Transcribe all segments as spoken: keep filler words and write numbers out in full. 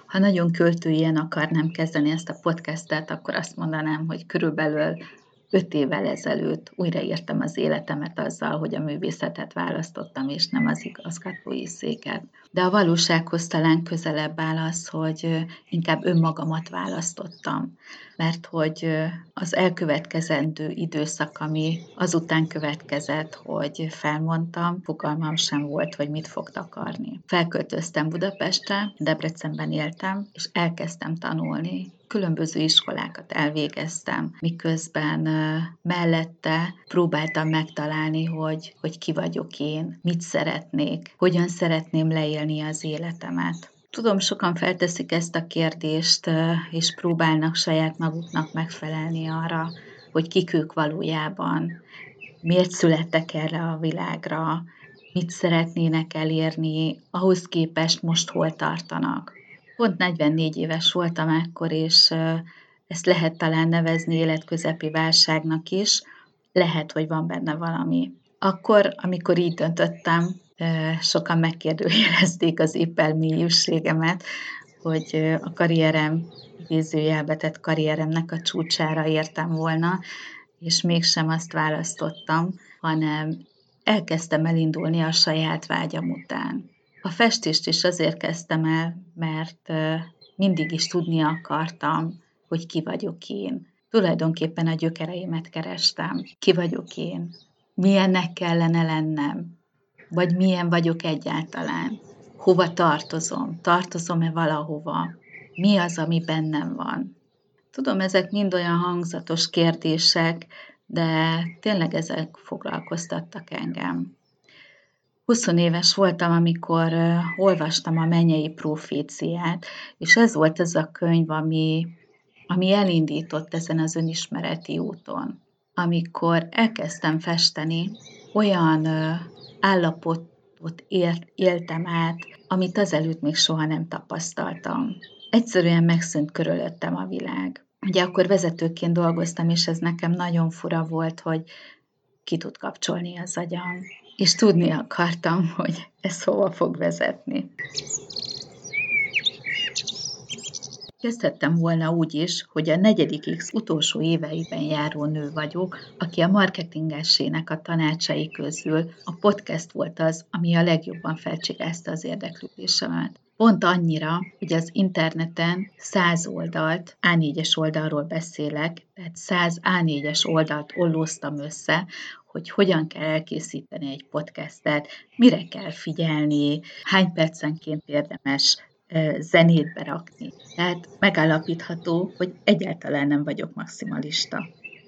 Ha nagyon költőien akarnám kezdeni ezt a podcastet, akkor azt mondanám, hogy körülbelül öt évvel ezelőtt újraírtam az életemet azzal, hogy a művészetet választottam, és nem az igazgatói széket. De a valósághoz talán közelebb áll az, hogy inkább önmagamat választottam, mert hogy az elkövetkezendő időszak, ami azután következett, hogy felmondtam, fogalmam sem volt, hogy mit fog takarni. Felköltöztem Budapestre, Debrecenben éltem, és elkezdtem tanulni. Különböző iskolákat elvégeztem, miközben uh, mellette próbáltam megtalálni, hogy, hogy ki vagyok én, mit szeretnék, hogyan szeretném leélni az életemet. Tudom, sokan felteszik ezt a kérdést, uh, és próbálnak saját maguknak megfelelni arra, hogy kik ők valójában, miért születtek erre a világra, mit szeretnének elérni, ahhoz képest most hol tartanak. Pont negyvennégy éves voltam ekkor, és ezt lehet talán nevezni életközepi válságnak is, lehet, hogy van benne valami. Akkor, amikor így döntöttem, sokan megkérdőjelezték az éppelmélyűségemet, hogy a karrierem, idézőjelbe tett karrieremnek a csúcsára értem volna, és mégsem azt választottam, hanem elkezdtem elindulni a saját vágyam után. A festést is azért kezdtem el, mert mindig is tudni akartam, hogy ki vagyok én. Tulajdonképpen a gyökereimet kerestem. Ki vagyok én? Milyennek kellene lennem? Vagy milyen vagyok egyáltalán? Hova tartozom? Tartozom-e valahova? Mi az, ami bennem van? Tudom, ezek mind olyan hangzatos kérdések, de tényleg ezek foglalkoztattak engem. húsz éves voltam, amikor uh, olvastam a Mennyei Proféciát, és ez volt az a könyv, ami, ami elindított ezen az önismereti úton. Amikor elkezdtem festeni, olyan uh, állapotot élt, éltem át, amit azelőtt még soha nem tapasztaltam. Egyszerűen megszűnt körülöttem a világ. Ugye akkor vezetőként dolgoztam, és ez nekem nagyon fura volt, hogy ki tud kapcsolni az agyam. És tudni akartam, hogy ez hova fog vezetni. Kezdhettem volna úgy is, hogy a negyedik X utolsó éveiben járó nő vagyok, aki a marketingessének a tanácsai közül a podcast volt az, ami a legjobban felcsigázta az érdeklődésemet. Pont annyira, hogy az interneten száz oldalt, á négyes oldalról beszélek, tehát száz á négyes oldalt ollóztam össze, hogy hogyan kell elkészíteni egy podcastet, mire kell figyelni, hány percenként érdemes zenét berakni. Tehát megállapítható, hogy egyáltalán nem vagyok maximalista.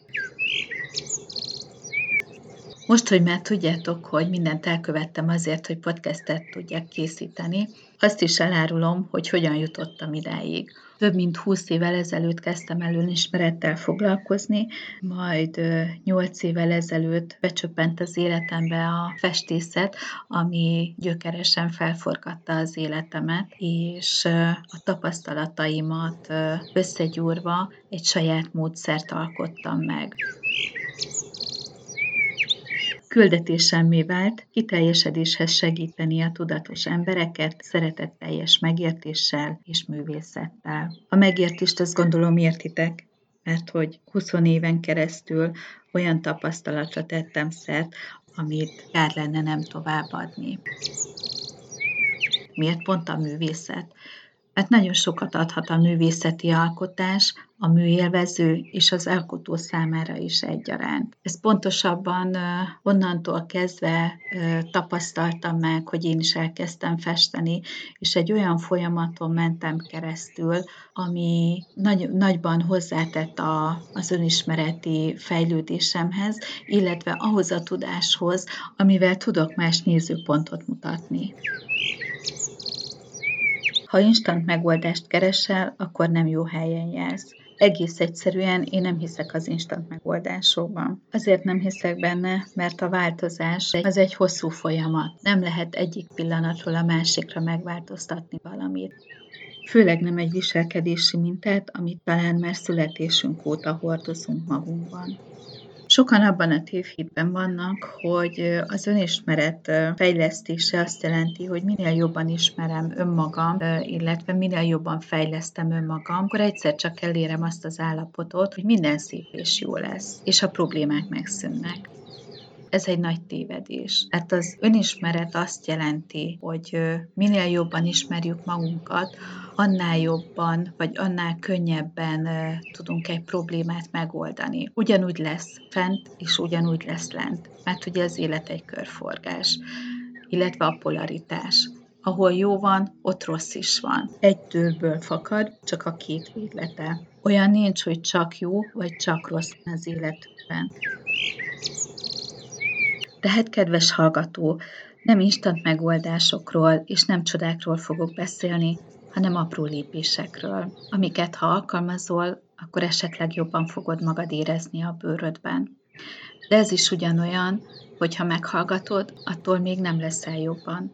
Most, hogy már tudjátok, hogy mindent elkövettem azért, hogy podcastet tudjak készíteni, azt is elárulom, hogy hogyan jutottam idáig. Több mint húsz évvel ezelőtt kezdtem el önismerettel foglalkozni, majd nyolc évvel ezelőtt becsöppent az életembe a festészet, ami gyökeresen felforgatta az életemet, és a tapasztalataimat összegyúrva egy saját módszert alkottam meg. Küldetésemmé vált kiteljesedéshez segíteni a tudatos embereket szeretetteljes megértéssel és művészettel. A megértést azt gondolom értitek, mert hogy húsz éven keresztül olyan tapasztalatra tettem szert, amit kár lenne nem továbbadni. Miért pont a művészet? Mert nagyon sokat adhat a művészeti alkotás, a műélvező és az alkotó számára is egyaránt. Ezt pontosabban onnantól kezdve tapasztaltam meg, hogy én is elkezdtem festeni, és egy olyan folyamaton mentem keresztül, ami nagy, nagyban hozzátett a, az önismereti fejlődésemhez, illetve ahhoz a tudáshoz, amivel tudok más nézőpontot mutatni. Ha instant megoldást keresel, akkor nem jó helyen jársz. Egész egyszerűen én nem hiszek az instant megoldásokban. Azért nem hiszek benne, mert a változás az egy hosszú folyamat. Nem lehet egyik pillanatról a másikra megváltoztatni valamit. Főleg nem egy viselkedési mintát, amit talán már születésünk óta hordozunk magunkban. Sokan abban a tévhitben vannak, hogy az önismeret fejlesztése azt jelenti, hogy minél jobban ismerem önmagam, illetve minél jobban fejlesztem önmagam, akkor egyszer csak elérem azt az állapotot, hogy minden szép és jó lesz, és a problémák megszűnnek. Ez egy nagy tévedés. Hát az önismeret azt jelenti, hogy minél jobban ismerjük magunkat, annál jobban, vagy annál könnyebben tudunk egy problémát megoldani. Ugyanúgy lesz fent, és ugyanúgy lesz lent. Mert ugye az élet egy körforgás, illetve a polaritás. Ahol jó van, ott rossz is van. Egy tőből fakad, csak a két véglete. Olyan nincs, hogy csak jó, vagy csak rossz van az életben. Tehát, kedves hallgató, nem instant megoldásokról és nem csodákról fogok beszélni, hanem apró lépésekről, amiket ha alkalmazol, akkor esetleg jobban fogod magad érezni a bőrödben. De ez is ugyanolyan, hogy ha meghallgatod, attól még nem leszel jobban.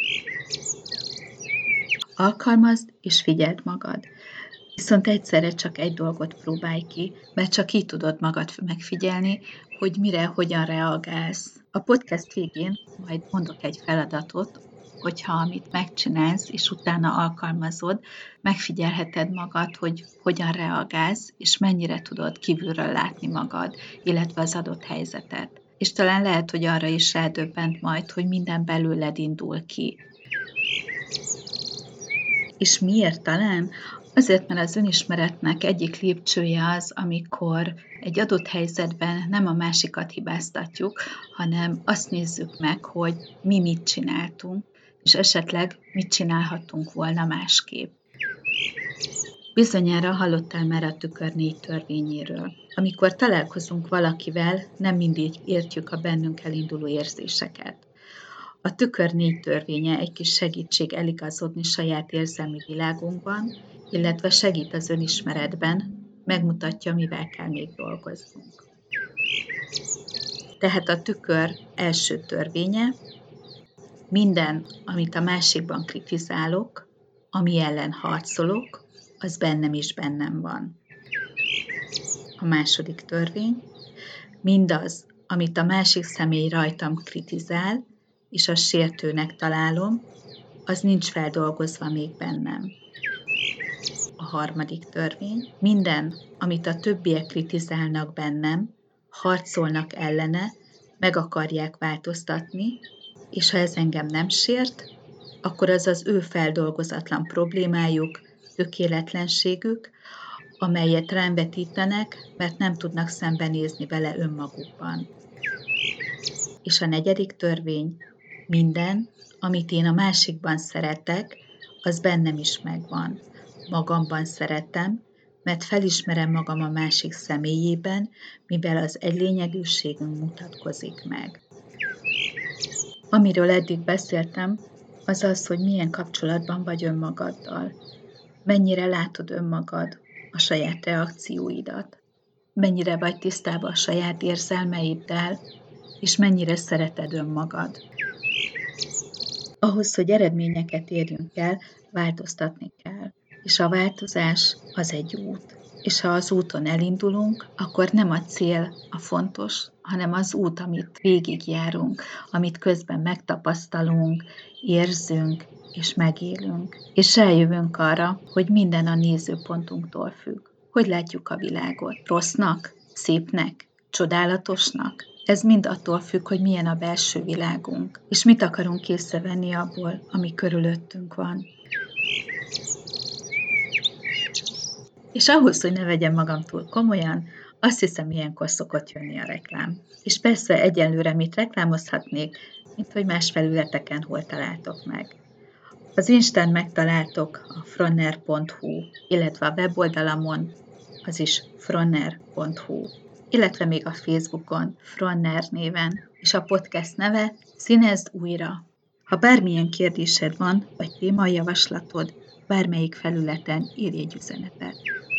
Alkalmazd és figyeld magad. Viszont egyszerre csak egy dolgot próbálj ki, mert csak így tudod magad megfigyelni, hogy mire, hogyan reagálsz. A podcast végén majd mondok egy feladatot, hogyha amit megcsinálsz, és utána alkalmazod, megfigyelheted magad, hogy hogyan reagálsz, és mennyire tudod kívülről látni magad, illetve az adott helyzetet. És talán lehet, hogy arra is eldöbbent majd, hogy minden belőled indul ki. És miért talán? Azért, mert az önismeretnek egyik lépcsője az, amikor egy adott helyzetben nem a másikat hibáztatjuk, hanem azt nézzük meg, hogy mi mit csináltunk, és esetleg mit csinálhattunk volna másképp. Bizonyára hallottál már a tükör négy törvényéről. Amikor találkozunk valakivel, nem mindig értjük a bennünk elinduló érzéseket. A tükör négy törvénye egy kis segítség eligazodni saját érzelmi világunkban, illetve segít az önismeretben, megmutatja, mivel kell még dolgoznunk. Tehát a tükör első törvénye: minden, amit a másikban kritizálok, ami ellen harcolok, az bennem is bennem van. A második törvény: mindaz, amit a másik személy rajtam kritizál, és azt sértőnek találom, az nincs feldolgozva még bennem. A harmadik törvény: minden, amit a többiek kritizálnak bennem, harcolnak ellene, meg akarják változtatni, és ha ez engem nem sért, akkor az az ő feldolgozatlan problémájuk, tökéletlenségük, amelyet rám vetítenek, mert nem tudnak szembenézni vele önmagukban. És a negyedik törvény: minden, amit én a másikban szeretek, az bennem is megvan. Magamban szeretem, mert felismerem magam a másik személyében, mivel az egylényegűségünk mutatkozik meg. Amiről eddig beszéltem, az az, hogy milyen kapcsolatban vagy önmagaddal. Mennyire látod önmagad, a saját reakcióidat. Mennyire vagy tisztában a saját érzelmeiddel, és mennyire szereted önmagad. Ahhoz, hogy eredményeket érjünk el, változtatni kell. És a változás az egy út. És ha az úton elindulunk, akkor nem a cél a fontos, hanem az út, amit végigjárunk, amit közben megtapasztalunk, érzünk és megélünk. És eljövünk arra, hogy minden a nézőpontunktól függ. Hogy látjuk a világot? Rossznak? Szépnek? Csodálatosnak? Ez mind attól függ, hogy milyen a belső világunk, és mit akarunk észrevenni abból, ami körülöttünk van. És ahhoz, hogy ne vegyem magam túl komolyan, azt hiszem, ilyenkor szokott jönni a reklám. És persze egyenlőre mit reklámozhatnék, mint hogy más felületeken hol találtok meg. Az Instán megtaláltok a fronner pont hu, illetve a weboldalamon, az is fronner pont hu, illetve még a Facebookon Fronner néven, és a podcast neve Színezd újra. Ha bármilyen kérdésed van, vagy témajavaslatod, bármelyik felületen írj egy üzenetet.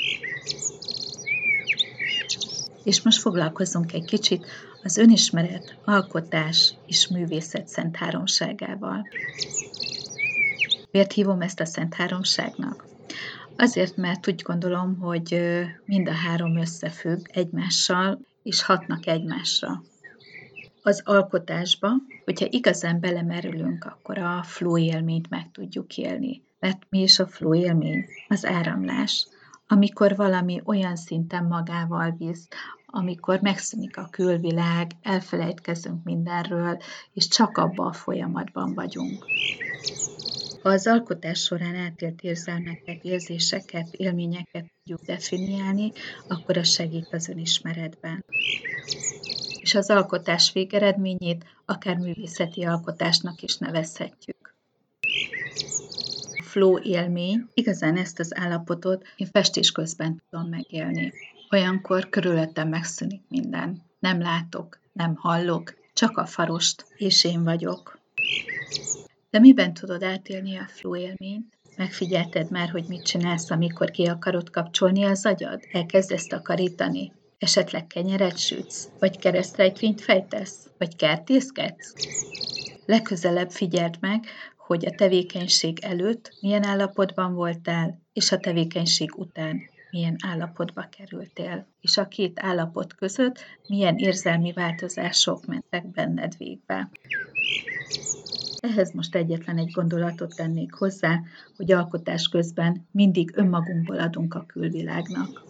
És most foglalkozzunk egy kicsit az önismeret, alkotás és művészet szent háromságával. Miért hívom ezt a szent háromságnak? Azért, mert úgy gondolom, hogy mind a három összefügg egymással, és hatnak egymásra. Az alkotásba, hogyha igazán belemerülünk, akkor a flow élményt meg tudjuk élni. Mert mi is a flow élmény? Az áramlás, amikor valami olyan szinten magával visz, amikor megszűnik a külvilág, elfelejtkezünk mindenről, és csak abban a folyamatban vagyunk. Ha az alkotás során átélt érzelmeket, érzéseket, élményeket tudjuk definiálni, akkor az segít az önismeretben. És az alkotás végeredményét akár művészeti alkotásnak is nevezhetjük. A flow élmény, igazán ezt az állapotot én festés közben tudom megélni. Olyankor körülöttem megszűnik minden. Nem látok, nem hallok, csak a farost, és én vagyok. De miben tudod átélni a flow élményt? Megfigyelted már, hogy mit csinálsz, amikor ki akarod kapcsolni az agyad? Elkezdesz takarítani? Esetleg kenyeret sütsz? Vagy keresztrejtvényt fejtesz? Vagy kertészkedsz? Legközelebb figyeld meg, hogy a tevékenység előtt milyen állapotban voltál, és a tevékenység után milyen állapotba kerültél. És a két állapot között milyen érzelmi változások mentek benned végbe. Ehhez most egyetlen egy gondolatot tennék hozzá, hogy alkotás közben mindig önmagunkból adunk a külvilágnak.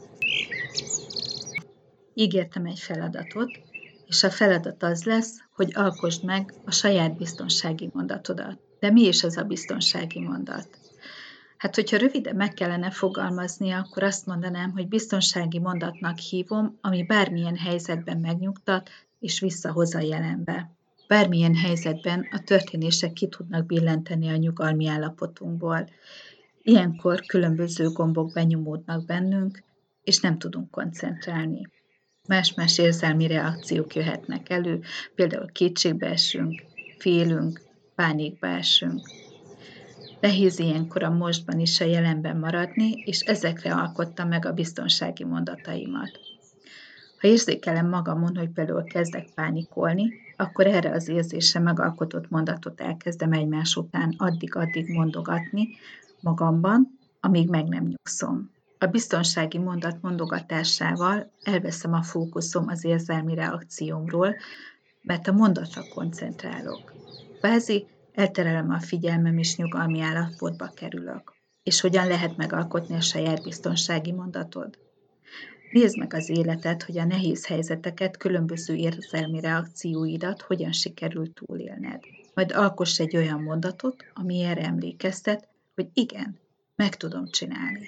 Ígértem egy feladatot, és a feladat az lesz, hogy alkosd meg a saját biztonsági mondatodat. De mi is az a biztonsági mondat? Hát, hogyha röviden meg kellene fogalmazni, akkor azt mondanám, hogy biztonsági mondatnak hívom, ami bármilyen helyzetben megnyugtat és visszahoz a jelenbe. Bármilyen helyzetben a történések ki tudnak billenteni a nyugalmi állapotunkból. Ilyenkor különböző gombok benyomódnak bennünk, és nem tudunk koncentrálni. Más-más érzelmi reakciók jöhetnek elő, például kétségbe esünk, félünk, pánikba esünk. Nehéz ilyenkor a mostban is a jelenben maradni, és ezekre alkottam meg a biztonsági mondataimat. Ha érzékelem magamon, hogy például kezdek pánikolni, akkor erre az érzésre megalkotott mondatot elkezdem egymás után addig-addig mondogatni magamban, amíg meg nem nyugszom. A biztonsági mondat mondogatásával elveszem a fókuszom az érzelmi reakciómról, mert a mondatra koncentrálok. Kvázi elterelem a figyelmem és nyugalmi állapotba kerülök. És hogyan lehet megalkotni a saját biztonsági mondatod? Nézd meg az életed, hogy a nehéz helyzeteket, különböző érzelmi reakcióidat hogyan sikerült túlélned. Majd alkoss egy olyan mondatot, ami erre emlékeztet, hogy igen, meg tudom csinálni.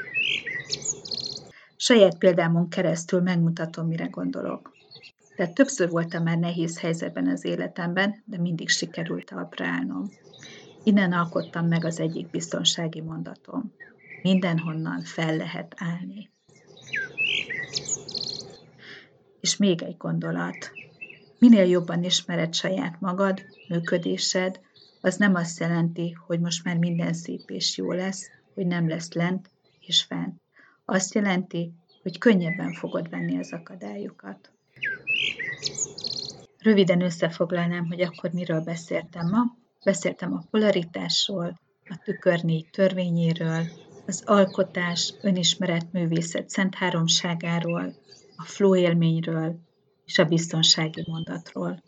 Saját példámon keresztül megmutatom, mire gondolok. Tehát többször voltam már nehéz helyzetben az életemben, de mindig sikerült talpra állnom. Innen alkottam meg az egyik biztonsági mondatom. Mindenhonnan fel lehet állni. És még egy gondolat. Minél jobban ismered saját magad, működésed, az nem azt jelenti, hogy most már minden szép és jó lesz, hogy nem lesz lent és fent. Azt jelenti, hogy könnyebben fogod venni az akadályokat. Röviden összefoglalnám, hogy akkor miről beszéltem ma. Beszéltem a polaritásról, a tükör négy törvényéről, az alkotás, önismeret, művészet szent háromságáról, a flow élményről és a biztonsági mondatról.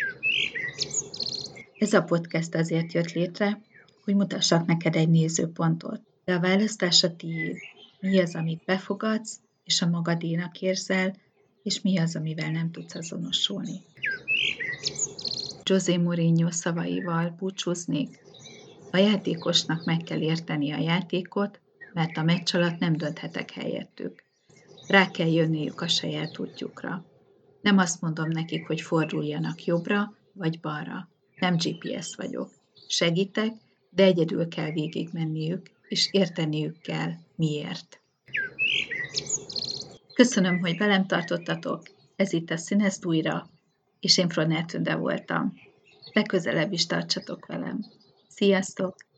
Ez a podcast azért jött létre, hogy mutassak neked egy nézőpontot, de a választás a tiéd. Mi az, amit befogadsz, és a magadénak érzel, és mi az, amivel nem tudsz azonosulni. José Mourinho szavaival búcsúznék. A játékosnak meg kell érteni a játékot, mert a meccs alatt nem dönthetek helyettük. Rá kell jönniük a saját útjukra. Nem azt mondom nekik, hogy forduljanak jobbra vagy balra. Nem gé pé es vagyok. Segítek, de egyedül kell végigmenniük, és érteniük kell, miért. Köszönöm, hogy velem tartottatok. Ez itt a Színezd újra, és én Fronner Tünde voltam. Legközelebb is tartsatok velem. Sziasztok!